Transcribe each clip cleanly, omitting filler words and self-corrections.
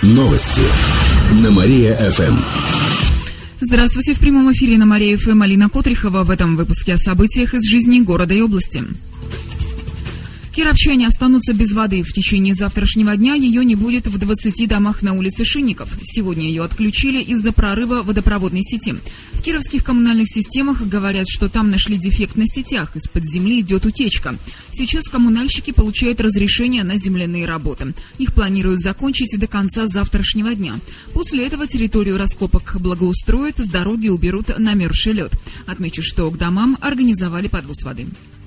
Новости на Мария-ФМ. Здравствуйте, в прямом эфире на Мария-ФМ Алина Котрихова. В этом выпуске о событиях из жизни города и области. Кировчане останутся без воды. В течение завтрашнего дня ее не будет в 20 домах на улице Шинников. Сегодня ее отключили из-за прорыва водопроводной сети. В кировских коммунальных системах говорят, что там нашли дефект на сетях. Из-под земли идет утечка. Сейчас коммунальщики получают разрешение на земляные работы. Их планируют закончить до конца завтрашнего дня. После этого территорию раскопок благоустроят, с дороги уберут намерзший лед. Отмечу, что к домам организовали подвоз воды.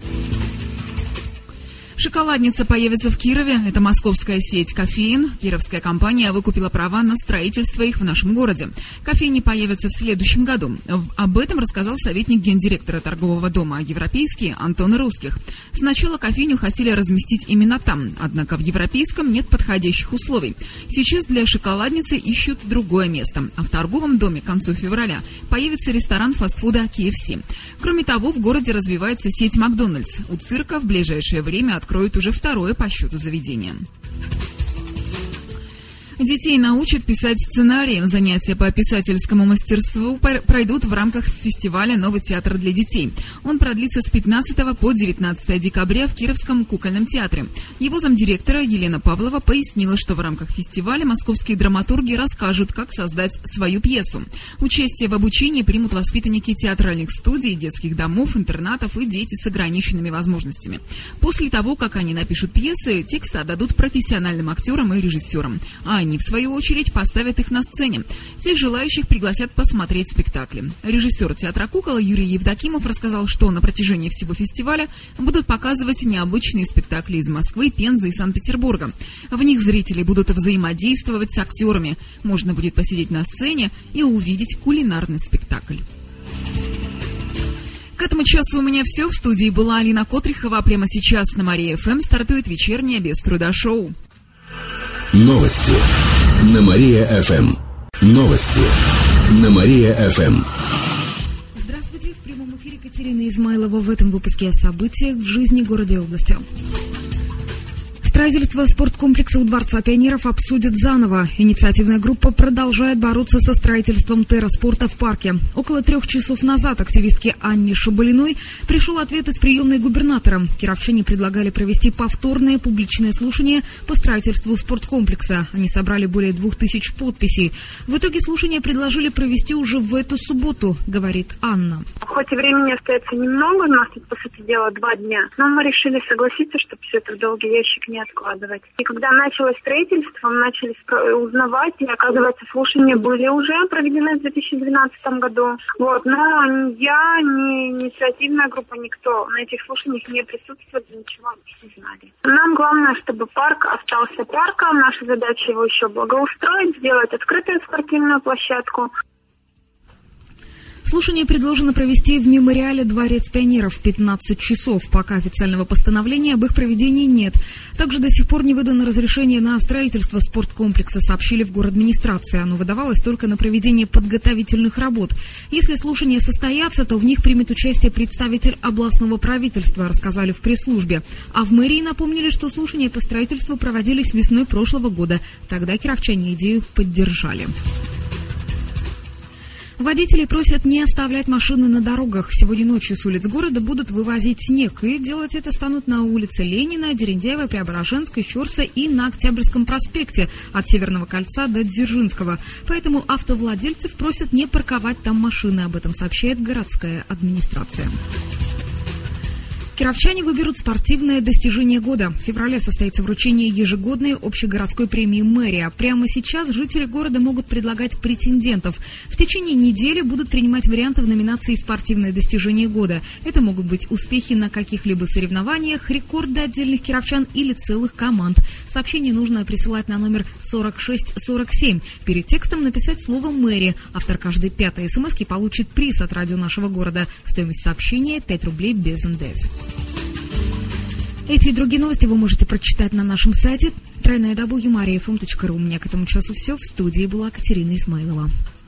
Шоколадница появится в Кирове. Это московская сеть «Кофеин». Кировская компания выкупила права на строительство их в нашем городе. Кофейни появятся в следующем году. Об этом рассказал советник гендиректора торгового дома «Европейский» Антон Русских. Сначала кофейню хотели разместить именно там, однако в Европейском нет подходящих условий. Сейчас для шоколадницы ищут другое место. А в торговом доме к концу февраля появится ресторан фастфуда KFC. Кроме того, в городе развивается сеть «Макдональдс». У цирка в ближайшее время откроют уже второе по счету заведение. Детей научат писать сценарии. Занятия по писательскому мастерству пройдут в рамках фестиваля «Новый театр для детей». Он продлится с 15 по 19 декабря в Кировском кукольном театре. Его замдиректора Елена Павлова пояснила, что в рамках фестиваля московские драматурги расскажут, как создать свою пьесу. Участие в обучении примут воспитанники театральных студий, детских домов, интернатов и дети с ограниченными возможностями. После того, как они напишут пьесы, тексты отдадут профессиональным актерам и режиссерам. Они, в свою очередь, поставят их на сцене. Всех желающих пригласят посмотреть спектакли. Режиссер театра «Кукол» Юрий Евдокимов рассказал, что на протяжении всего фестиваля будут показывать необычные спектакли из Москвы, Пензы и Санкт-Петербурга. В них зрители будут взаимодействовать с актерами. Можно будет посидеть на сцене и увидеть кулинарный спектакль. К этому часу у меня все. В студии была Алина Котрихова. Прямо сейчас на Мария-ФМ стартует вечернее без труда шоу. Новости на Мария-ФМ. Новости на Мария-ФМ. Здравствуйте, в прямом эфире Катерина Измайлова. В этом выпуске о событиях в жизни города и области. Строительство спорткомплекса у Дворца пионеров обсудят заново. Инициативная группа продолжает бороться со строительством терраспорта в парке. Около 3 часов назад активистке Анне Шабалиной пришел ответ из приемной губернатора. Кировчане предлагали провести повторное публичное слушание по строительству спорткомплекса. Они собрали более 2000 подписей. В итоге слушание предложили провести уже в эту субботу, говорит Анна. Хоть и времени остается немного, у нас тут, по сути дела, 2 дня, но мы решили согласиться, чтобы все это в долгий ящик не откладывать. И когда началось строительство, мы начали узнавать, и, оказывается, слушания были уже проведены в 2012 году. Вот. Но я, ни инициативная группа, никто на этих слушаниях не присутствует, ничего не знали. Нам главное, чтобы парк остался парком. Наша задача его еще благоустроить, сделать открытую спортивную площадку. Слушание предложено провести в мемориале «Дворец пионеров» в 15 часов. Пока официального постановления об их проведении нет. Также до сих пор не выдано разрешение на строительство спорткомплекса, сообщили в горадминистрации. Оно выдавалось только на проведение подготовительных работ. Если слушания состоятся, то в них примет участие представитель областного правительства, рассказали в пресс-службе. А в мэрии напомнили, что слушания по строительству проводились весной прошлого года. Тогда кировчане идею поддержали. Водителей просят не оставлять машины на дорогах. Сегодня ночью с улиц города будут вывозить снег. И делать это станут на улице Ленина, Дерендяева, Преображенской, Щорса и на Октябрьском проспекте от Северного кольца до Дзержинского. Поэтому автовладельцев просят не парковать там машины. Об этом сообщает городская администрация. Кировчане выберут спортивное достижение года. В феврале состоится вручение ежегодной общегородской премии «Мэрия». Прямо сейчас жители города могут предлагать претендентов. В течение недели будут принимать варианты в номинации «Спортивное достижение года». Это могут быть успехи на каких-либо соревнованиях, рекорды отдельных кировчан или целых команд. Сообщение нужно присылать на номер 4647. Перед текстом написать слово «Мэрия». Автор каждой 5-й смс-ки получит приз от радио нашего города. Стоимость сообщения 5 рублей без НДС. Эти и другие новости вы можете прочитать на нашем сайте www.mariafm.ru. У меня к этому часу все. В студии была Катерина Исмайлова.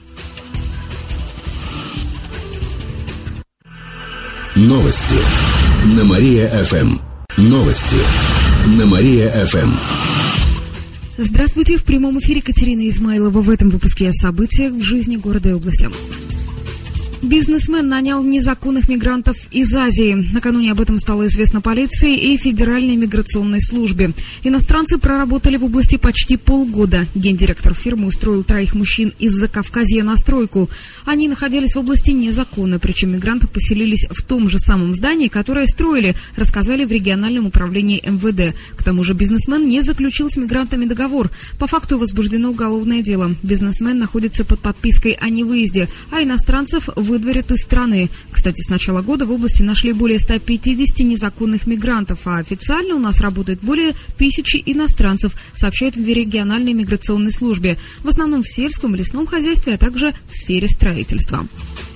Новости на Мария-ФМ. Новости на Мария-ФМ. Здравствуйте, в прямом эфире Катерина Измайлова. В этом выпуске о событиях в жизни города и области. Бизнесмен нанял незаконных мигрантов из Азии. Накануне об этом стало известно полиции и Федеральной миграционной службе. Иностранцы проработали в области почти полгода. Гендиректор фирмы устроил 3 мужчин из Закавказья на стройку. Они находились в области незаконно, причем мигранты поселились в том же самом здании, которое строили, рассказали в региональном управлении МВД. К тому же бизнесмен не заключил с мигрантами договор. По факту возбуждено уголовное дело. Бизнесмен находится под подпиской о невыезде, а иностранцев выдворят из страны. Кстати, с начала года в области нашли более 150 незаконных мигрантов, а официально у нас работает более 1000 иностранцев, сообщает в региональной миграционной службе. В основном в сельском и лесном хозяйстве, а также в сфере строительства.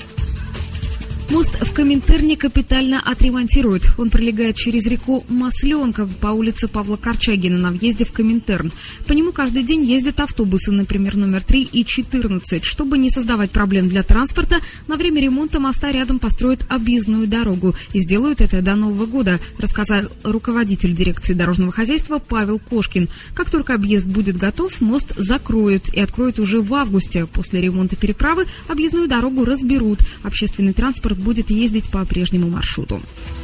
Мост в Коминтерне капитально отремонтируют. Он пролегает через реку Масленка по улице Павла Корчагина на въезде в Коминтерн. По нему каждый день ездят автобусы, например, номер 3 и 14. Чтобы не создавать проблем для транспорта, на время ремонта моста рядом построят объездную дорогу. И сделают это до Нового года, рассказал руководитель дирекции дорожного хозяйства Павел Кошкин. Как только объезд будет готов, мост закроют и откроют уже в августе. После ремонта переправы объездную дорогу разберут. Общественный транспорт будет ездить по прежнему маршруту.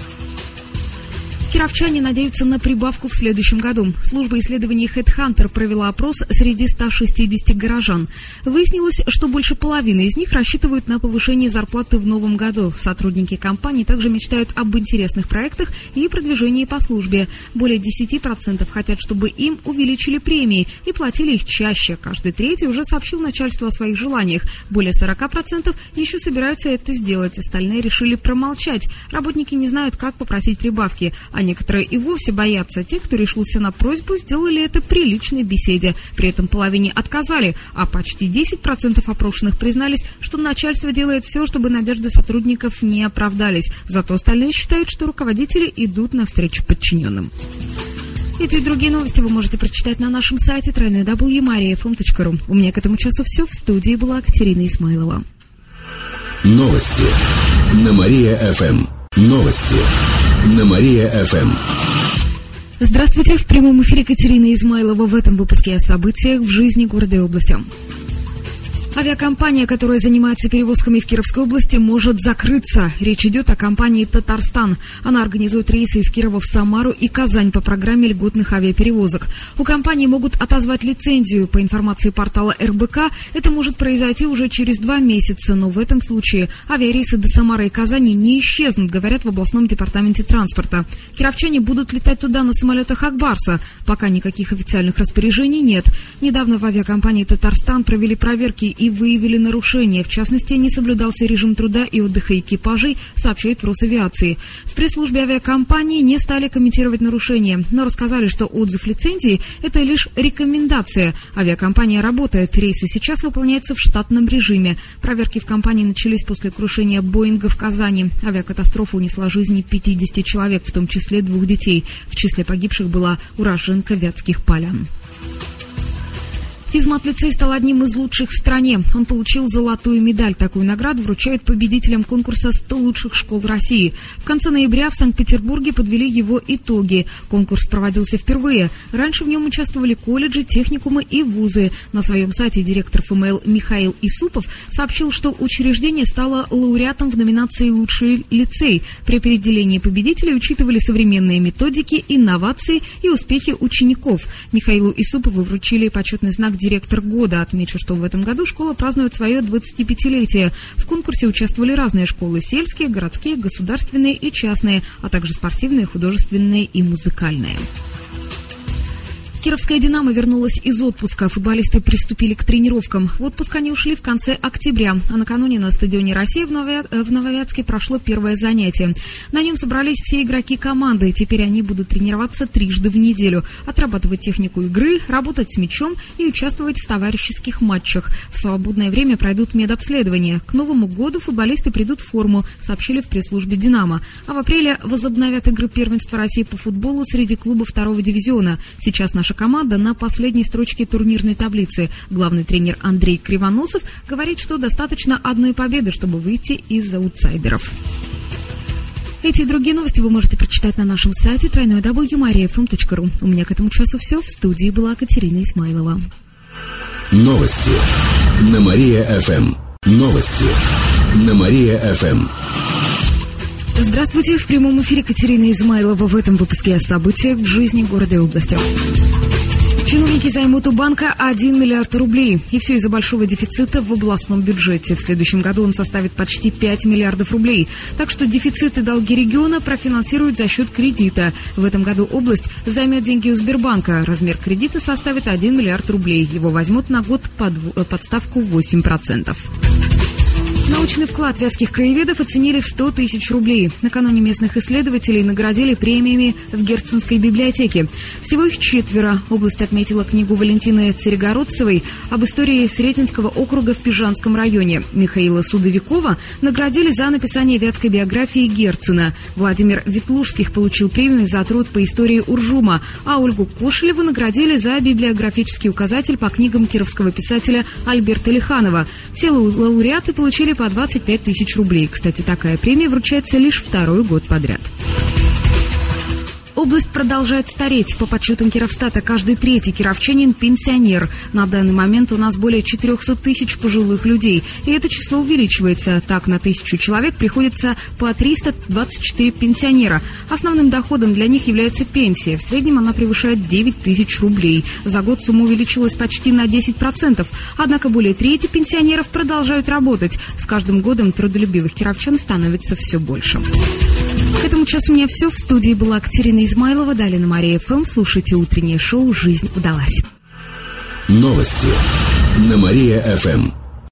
Кировчане надеются на прибавку в следующем году. Служба исследований HeadHunter провела опрос среди 160 горожан. Выяснилось, что больше половины из них рассчитывают на повышение зарплаты в новом году. Сотрудники компаний также мечтают об интересных проектах и продвижении по службе. Более 10% хотят, чтобы им увеличили премии и платили их чаще. Каждый третий уже сообщил начальству о своих желаниях. Более 40% еще собираются это сделать. Остальные решили промолчать. Работники не знают, как попросить прибавки. А некоторые и вовсе боятся. Те, кто решился на просьбу, сделали это при личной беседе. При этом половине отказали, а почти 10% опрошенных признались, что начальство делает все, чтобы надежды сотрудников не оправдались. Зато остальные считают, что руководители идут навстречу подчиненным. Эти и другие новости вы можете прочитать на нашем сайте www.mariafm.ru. У меня к этому часу все. В студии была Катерина Исмайлова. Новости на Мария-ФМ. Новости на Мария-ФМ. Здравствуйте, в прямом эфире Катерина Измайлова. В этом выпуске о событиях в жизни города и области. Авиакомпания, которая занимается перевозками в Кировской области, может закрыться. Речь идет о компании «Татарстан». Она организует рейсы из Кирова в Самару и Казань по программе льготных авиаперевозок. У компании могут отозвать лицензию. По информации портала РБК, это может произойти уже через 2 месяца. Но в этом случае авиарейсы до Самары и Казани не исчезнут, говорят в областном департаменте транспорта. Кировчане будут летать туда на самолетах «Акбарса». Пока никаких официальных распоряжений нет. Недавно в авиакомпании «Татарстан» провели проверки и выявили нарушения. В частности, не соблюдался режим труда и отдыха экипажей, сообщает в Росавиации. В пресс-службе авиакомпании не стали комментировать нарушения, но рассказали, что отзыв лицензии – это лишь рекомендация. Авиакомпания работает, рейсы сейчас выполняются в штатном режиме. Проверки в компании начались после крушения Боинга в Казани. Авиакатастрофа унесла жизни 50 человек, в том числе 2 детей. В числе погибших была уроженка Вятских Полян. Физмат-лицей стал одним из лучших в стране. Он получил золотую медаль. Такую награду вручают победителям конкурса «100 лучших школ России». В конце ноября в Санкт-Петербурге подвели его итоги. Конкурс проводился впервые. Раньше в нем участвовали колледжи, техникумы и вузы. На своем сайте директор ФМЛ Михаил Исупов сообщил, что учреждение стало лауреатом в номинации «Лучший лицей». При определении победителей учитывали современные методики, инновации и успехи учеников. Михаилу Исупову вручили почетный знак «Директор года». Отмечу, что в этом году школа празднует свое 25-летие. В конкурсе участвовали разные школы: сельские, городские, государственные и частные, а также спортивные, художественные и музыкальные. Кировская «Динамо» вернулась из отпуска. Футболисты приступили к тренировкам. В отпуск они ушли в конце октября, а накануне на стадионе «Россия» в Нововятске прошло первое занятие. На нем собрались все игроки команды. Теперь они будут тренироваться 3 раза в неделю, отрабатывать технику игры, работать с мячом и участвовать в товарищеских матчах. В свободное время пройдут медобследование. К Новому году футболисты придут в форму, сообщили в пресс-службе «Динамо». А в апреле возобновят игры первенства России по футболу среди клубов 2-го дивизиона. Сейчас наша команда на последней строчке турнирной таблицы. Главный тренер Андрей Кривоносов говорит, что достаточно одной победы, чтобы выйти из аутсайдеров. Эти и другие новости вы можете прочитать на нашем сайте www.mariafm.ru. У меня к этому часу все. В студии была Катерина Исмайлова. Новости на Мария-ФМ. Новости на Мария-ФМ. Здравствуйте, в прямом эфире Катерина Измайлова. В этом выпуске о событиях в жизни города и области. Чиновники займут у банка 1 миллиард рублей. И все из-за большого дефицита в областном бюджете. В следующем году он составит почти 5 миллиардов рублей. Так что дефицит и долги региона профинансируют за счет кредита. В этом году область займет деньги у Сбербанка. Размер кредита составит 1 миллиард рублей. Его возьмут на год под ставку 8%. Научный вклад вятских краеведов оценили в 100 тысяч рублей. Накануне местных исследователей наградили премиями в Герценской библиотеке. Всего их 4. Область отметила книгу Валентины Царегородцевой об истории Сретенского округа в Пижанском районе. Михаила Судовикова наградили за написание вятской биографии Герцена. Владимир Ветлужских получил премию за труд по истории Уржума, а Ольгу Кошелеву наградили за библиографический указатель по книгам кировского писателя Альберта Лиханова. Все лауреаты получили по 25 тысяч рублей. Кстати, такая премия вручается лишь 2-й год подряд. Область продолжает стареть. По подсчетам Кировстата, каждый 3-й кировчанин – пенсионер. На данный момент у нас более 400 тысяч пожилых людей. И это число увеличивается. Так, на 1000 человек приходится по 324 пенсионера. Основным доходом для них является пенсия. В среднем она превышает 9 тысяч рублей. За год сумма увеличилась почти на 10%. Однако более трети пенсионеров продолжают работать. С каждым годом трудолюбивых кировчан становится все больше. К этому часу у меня все. В студии была Катерина Измайлова. Далее на Мария-ФМ. Слушайте утреннее шоу «Жизнь удалась». Новости на Мария-ФМ.